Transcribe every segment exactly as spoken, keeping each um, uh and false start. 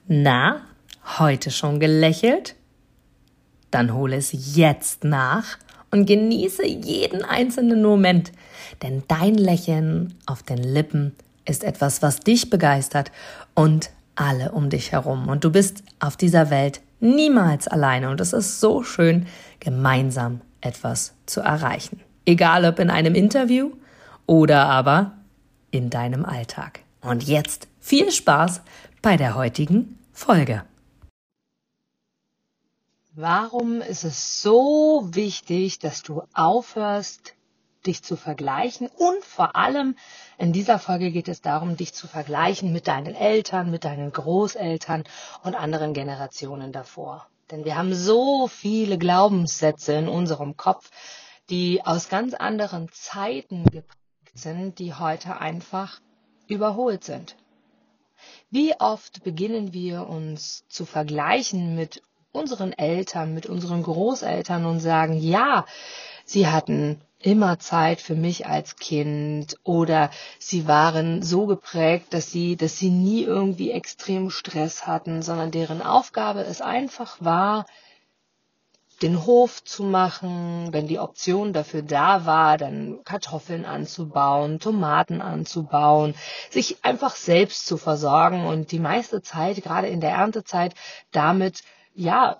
Na, heute schon gelächelt? Dann hole es jetzt nach und genieße jeden einzelnen Moment, denn dein Lächeln auf den Lippen ist etwas, was dich begeistert und alle um dich herum. Und du bist auf dieser Welt niemals alleine und es ist so schön, gemeinsam etwas zu erreichen. Egal ob in einem Interview oder aber in deinem Alltag. Und jetzt viel Spaß bei der heutigen Folge. Warum ist es so wichtig, dass du aufhörst, dich zu vergleichen? Und vor allem in dieser Folge geht es darum, dich zu vergleichen mit deinen Eltern, mit deinen Großeltern und anderen Generationen davor. Denn wir haben so viele Glaubenssätze in unserem Kopf, die aus ganz anderen Zeiten geprägt sind, die heute einfach überholt sind. Wie oft beginnen wir uns zu vergleichen mit unseren Eltern, mit unseren Großeltern und sagen, ja, sie hatten immer Zeit für mich als Kind oder sie waren so geprägt, dass sie, dass sie nie irgendwie extrem Stress hatten, sondern deren Aufgabe es einfach war, den Hof zu machen, wenn die Option dafür da war, dann Kartoffeln anzubauen, Tomaten anzubauen, sich einfach selbst zu versorgen und die meiste Zeit, gerade in der Erntezeit, damit, ja,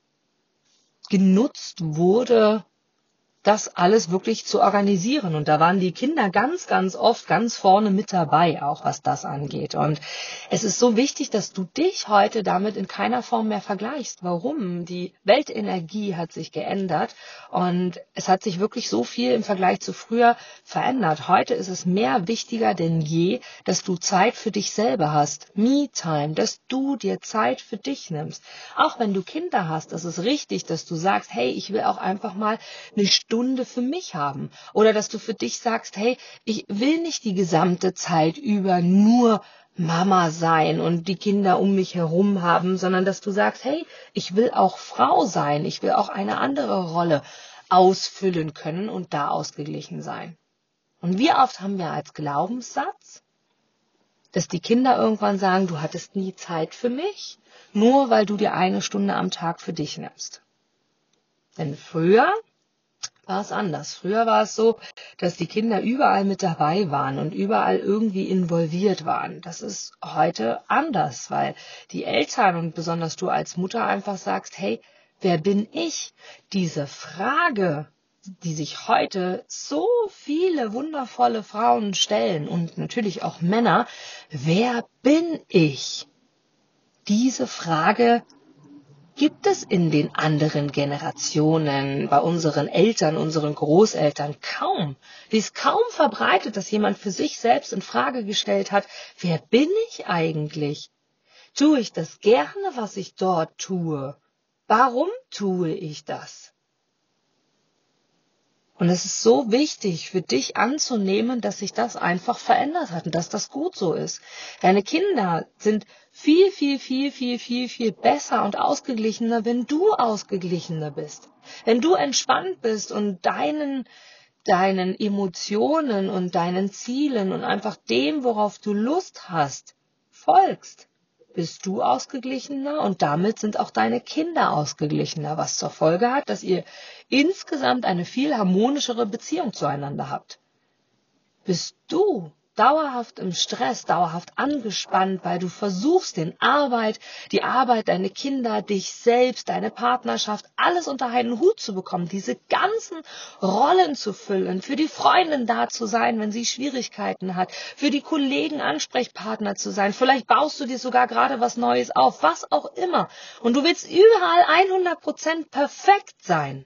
genutzt wurde, das alles wirklich zu organisieren. Und da waren die Kinder ganz, ganz oft ganz vorne mit dabei, auch was das angeht. Und es ist so wichtig, dass du dich heute damit in keiner Form mehr vergleichst. Warum? Die Weltenergie hat sich geändert und es hat sich wirklich so viel im Vergleich zu früher verändert. Heute ist es mehr wichtiger denn je, dass du Zeit für dich selber hast. Me-Time, dass du dir Zeit für dich nimmst. Auch wenn du Kinder hast, ist es richtig, dass du sagst, hey, ich will auch einfach mal eine Stunde für mich haben. Oder dass du für dich sagst, hey, ich will nicht die gesamte Zeit über nur Mama sein und die Kinder um mich herum haben, sondern dass du sagst, hey, ich will auch Frau sein, ich will auch eine andere Rolle ausfüllen können und da ausgeglichen sein. Und wie oft haben wir als Glaubenssatz, dass die Kinder irgendwann sagen, du hattest nie Zeit für mich, nur weil du dir eine Stunde am Tag für dich nimmst. Denn früher war es anders. Früher war es so, dass die Kinder überall mit dabei waren und überall irgendwie involviert waren. Das ist heute anders, weil die Eltern und besonders du als Mutter einfach sagst, hey, wer bin ich? Diese Frage, die sich heute so viele wundervolle Frauen stellen und natürlich auch Männer, wer bin ich? Diese Frage gibt es in den anderen Generationen, bei unseren Eltern, unseren Großeltern kaum. Sie ist kaum verbreitet, dass jemand für sich selbst in Frage gestellt hat, wer bin ich eigentlich? Tue ich das gerne, was ich dort tue? Warum tue ich das? Und es ist so wichtig für dich anzunehmen, dass sich das einfach verändert hat und dass das gut so ist. Deine Kinder sind viel, viel, viel, viel, viel, viel besser und ausgeglichener, wenn du ausgeglichener bist. Wenn du entspannt bist und deinen, deinen Emotionen und deinen Zielen und einfach dem, worauf du Lust hast, folgst, bist du ausgeglichener und damit sind auch deine Kinder ausgeglichener, was zur Folge hat, dass ihr insgesamt eine viel harmonischere Beziehung zueinander habt. Bist du dauerhaft im Stress, dauerhaft angespannt, weil du versuchst, den Arbeit, die Arbeit, deine Kinder, dich selbst, deine Partnerschaft, alles unter einen Hut zu bekommen, diese ganzen Rollen zu füllen, für die Freundin da zu sein, wenn sie Schwierigkeiten hat, für die Kollegen Ansprechpartner zu sein, vielleicht baust du dir sogar gerade was Neues auf, was auch immer. Und du willst überall hundert Prozent perfekt sein.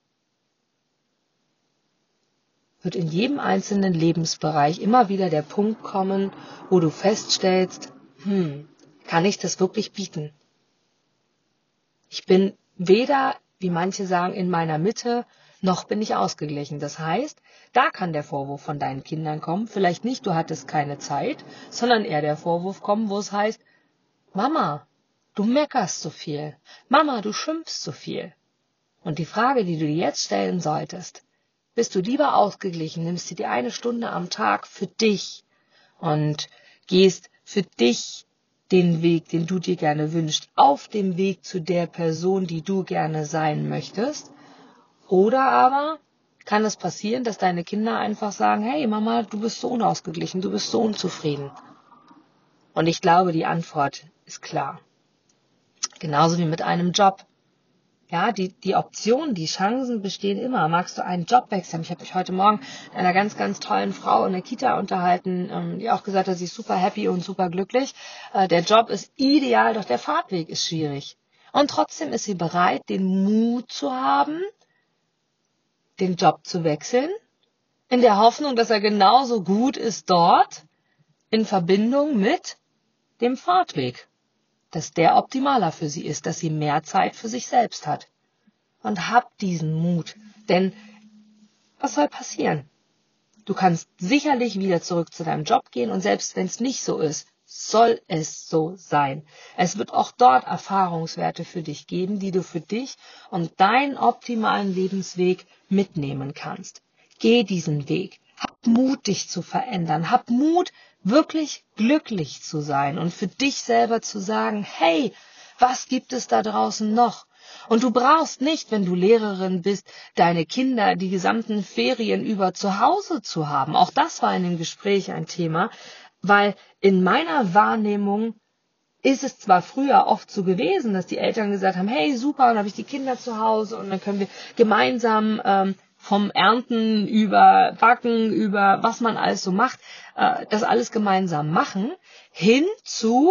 Wird in jedem einzelnen Lebensbereich immer wieder der Punkt kommen, wo du feststellst, hm, kann ich das wirklich bieten? Ich bin weder, wie manche sagen, in meiner Mitte, noch bin ich ausgeglichen. Das heißt, da kann der Vorwurf von deinen Kindern kommen, vielleicht nicht, du hattest keine Zeit, sondern eher der Vorwurf kommen, wo es heißt, Mama, du meckerst so viel, Mama, du schimpfst so viel. Und die Frage, die du dir jetzt stellen solltest, bist du lieber ausgeglichen, nimmst dir die eine Stunde am Tag für dich und gehst für dich den Weg, den du dir gerne wünschst, auf dem Weg zu der Person, die du gerne sein möchtest? Oder aber kann es passieren, dass deine Kinder einfach sagen, hey Mama, du bist so unausgeglichen, du bist so unzufrieden? Und ich glaube, die Antwort ist klar. Genauso wie mit einem Job. Ja, die, die Optionen, die Chancen bestehen immer. Magst du einen Job wechseln? Ich habe mich heute Morgen mit einer ganz, ganz tollen Frau in der Kita unterhalten, ähm, die auch gesagt hat, sie ist super happy und super glücklich. Äh, der Job ist ideal, doch der Fahrtweg ist schwierig. Und trotzdem ist sie bereit, den Mut zu haben, den Job zu wechseln, in der Hoffnung, dass er genauso gut ist dort, in Verbindung mit dem Fahrtweg. Dass der optimaler für sie ist, dass sie mehr Zeit für sich selbst hat. Und hab diesen Mut, denn was soll passieren? Du kannst sicherlich wieder zurück zu deinem Job gehen und selbst wenn es nicht so ist, soll es so sein. Es wird auch dort Erfahrungswerte für dich geben, die du für dich und deinen optimalen Lebensweg mitnehmen kannst. Geh diesen Weg. Hab Mut, dich zu verändern. Hab Mut, wirklich glücklich zu sein und für dich selber zu sagen, hey, was gibt es da draußen noch? Und du brauchst nicht, wenn du Lehrerin bist, deine Kinder die gesamten Ferien über zu Hause zu haben. Auch das war in dem Gespräch ein Thema, weil in meiner Wahrnehmung ist es zwar früher oft so gewesen, dass die Eltern gesagt haben, hey, super, dann habe ich die Kinder zu Hause und dann können wir gemeinsam ähm, vom Ernten über Backen, über was man alles so macht, äh, das alles gemeinsam machen, hin zu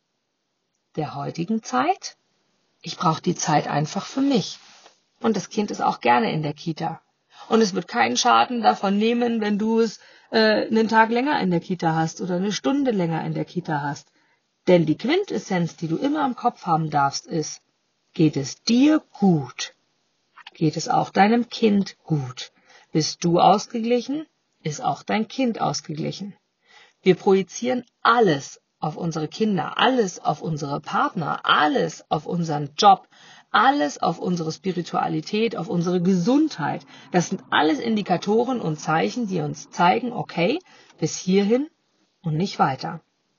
der heutigen Zeit. Ich brauche die Zeit einfach für mich. Und das Kind ist auch gerne in der Kita. Und es wird keinen Schaden davon nehmen, wenn du es äh, einen Tag länger in der Kita hast oder eine Stunde länger in der Kita hast. Denn die Quintessenz, die du immer im Kopf haben darfst, ist, geht es dir gut? Geht es auch deinem Kind gut? Bist du ausgeglichen? Ist auch dein Kind ausgeglichen? Wir projizieren alles auf unsere Kinder, alles auf unsere Partner, alles auf unseren Job, alles auf unsere Spiritualität, auf unsere Gesundheit. Das sind alles Indikatoren und Zeichen, die uns zeigen, okay, bis hierhin und nicht weiter.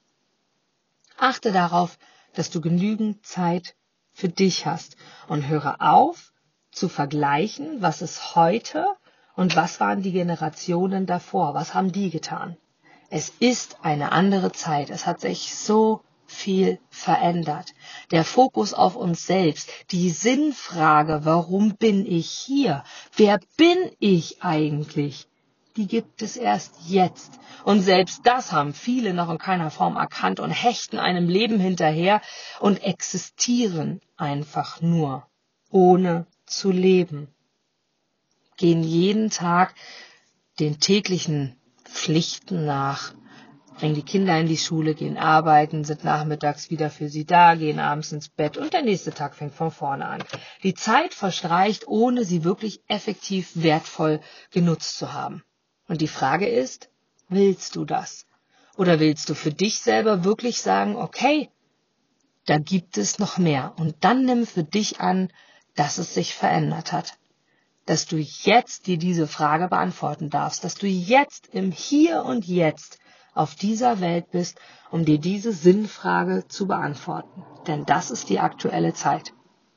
Achte darauf, dass du genügend Zeit für dich hast und höre auf, zu vergleichen, was ist heute und was waren die Generationen davor, was haben die getan. Es ist eine andere Zeit, es hat sich so viel verändert. Der Fokus auf uns selbst, die Sinnfrage, warum bin ich hier, wer bin ich eigentlich, die gibt es erst jetzt. Und selbst das haben viele noch in keiner Form erkannt und hechten einem Leben hinterher und existieren einfach nur, ohne zu leben. Gehen jeden Tag den täglichen Pflichten nach, bringen die Kinder in die Schule, gehen arbeiten, sind nachmittags wieder für sie da, gehen abends ins Bett und der nächste Tag fängt von vorne an. Die Zeit verstreicht, ohne sie wirklich effektiv wertvoll genutzt zu haben. Und die Frage ist, willst du das? Oder willst du für dich selber wirklich sagen, okay, da gibt es noch mehr. Und dann nimm für dich an, dass es sich verändert hat. Dass du jetzt dir diese Frage beantworten darfst. Dass du jetzt im Hier und Jetzt auf dieser Welt bist, um dir diese Sinnfrage zu beantworten. Denn das ist die aktuelle Zeit.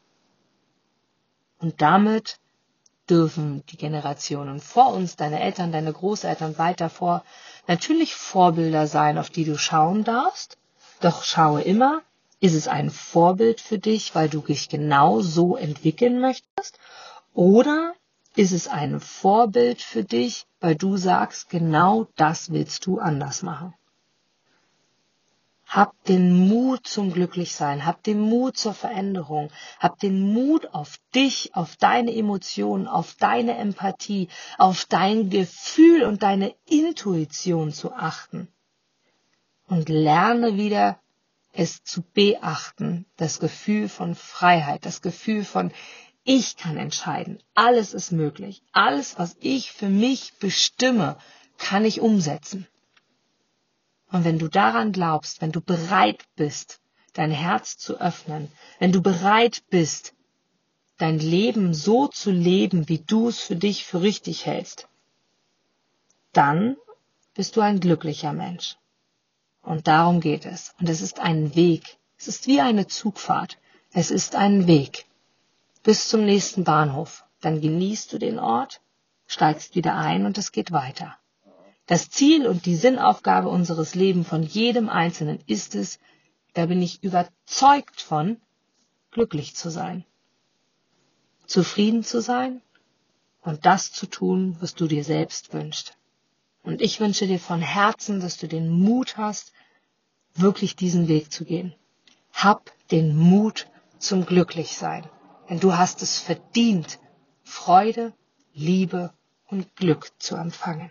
Und damit dürfen die Generationen vor uns, deine Eltern, deine Großeltern, weiter vor, natürlich Vorbilder sein, auf die du schauen darfst. Doch schaue immer, ist es ein Vorbild für dich, weil du dich genau so entwickeln möchtest? Oder ist es ein Vorbild für dich, weil du sagst, genau das willst du anders machen? Hab den Mut zum Glücklichsein, hab den Mut zur Veränderung, hab den Mut auf dich, auf deine Emotionen, auf deine Empathie, auf dein Gefühl und deine Intuition zu achten. Und lerne wieder, es zu beachten, das Gefühl von Freiheit, das Gefühl von ich kann entscheiden, alles ist möglich, alles, was ich für mich bestimme, kann ich umsetzen. Und wenn du daran glaubst, wenn du bereit bist, dein Herz zu öffnen, wenn du bereit bist, dein Leben so zu leben, wie du es für dich für richtig hältst, dann bist du ein glücklicher Mensch. Und darum geht es. Und es ist ein Weg. Es ist wie eine Zugfahrt. Es ist ein Weg. Bis zum nächsten Bahnhof. Dann genießt du den Ort, steigst wieder ein und es geht weiter. Das Ziel und die Sinnaufgabe unseres Lebens von jedem Einzelnen ist es, da bin ich überzeugt von, glücklich zu sein, zufrieden zu sein und das zu tun, was du dir selbst wünschst. Und ich wünsche dir von Herzen, dass du den Mut hast, wirklich diesen Weg zu gehen. Hab den Mut zum Glücklichsein, denn du hast es verdient, Freude, Liebe und Glück zu empfangen.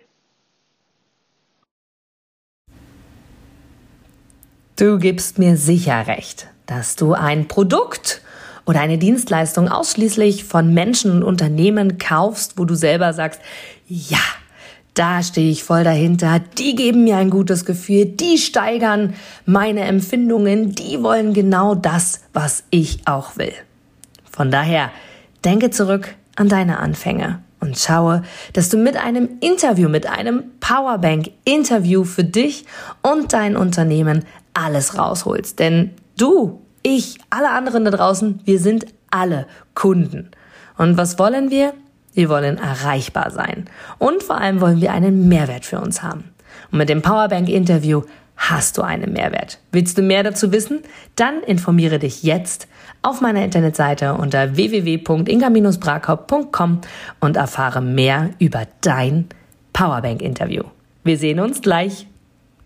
Du gibst mir sicher recht, dass du ein Produkt oder eine Dienstleistung ausschließlich von Menschen und Unternehmen kaufst, wo du selber sagst, ja, da stehe ich voll dahinter, die geben mir ein gutes Gefühl, die steigern meine Empfindungen, die wollen genau das, was ich auch will. Von daher, denke zurück an deine Anfänge und schaue, dass du mit einem Interview, mit einem Powerbank-Interview für dich und dein Unternehmen alles rausholst. Denn du, ich, alle anderen da draußen, wir sind alle Kunden. Und was wollen wir? Wir wollen erreichbar sein. Und vor allem wollen wir einen Mehrwert für uns haben. Und mit dem Powerbank-Interview hast du einen Mehrwert. Willst du mehr dazu wissen? Dann informiere dich jetzt auf meiner Internetseite unter w w w punkt inga Bindestrich brakop punkt com und erfahre mehr über dein Powerbank-Interview. Wir sehen uns gleich.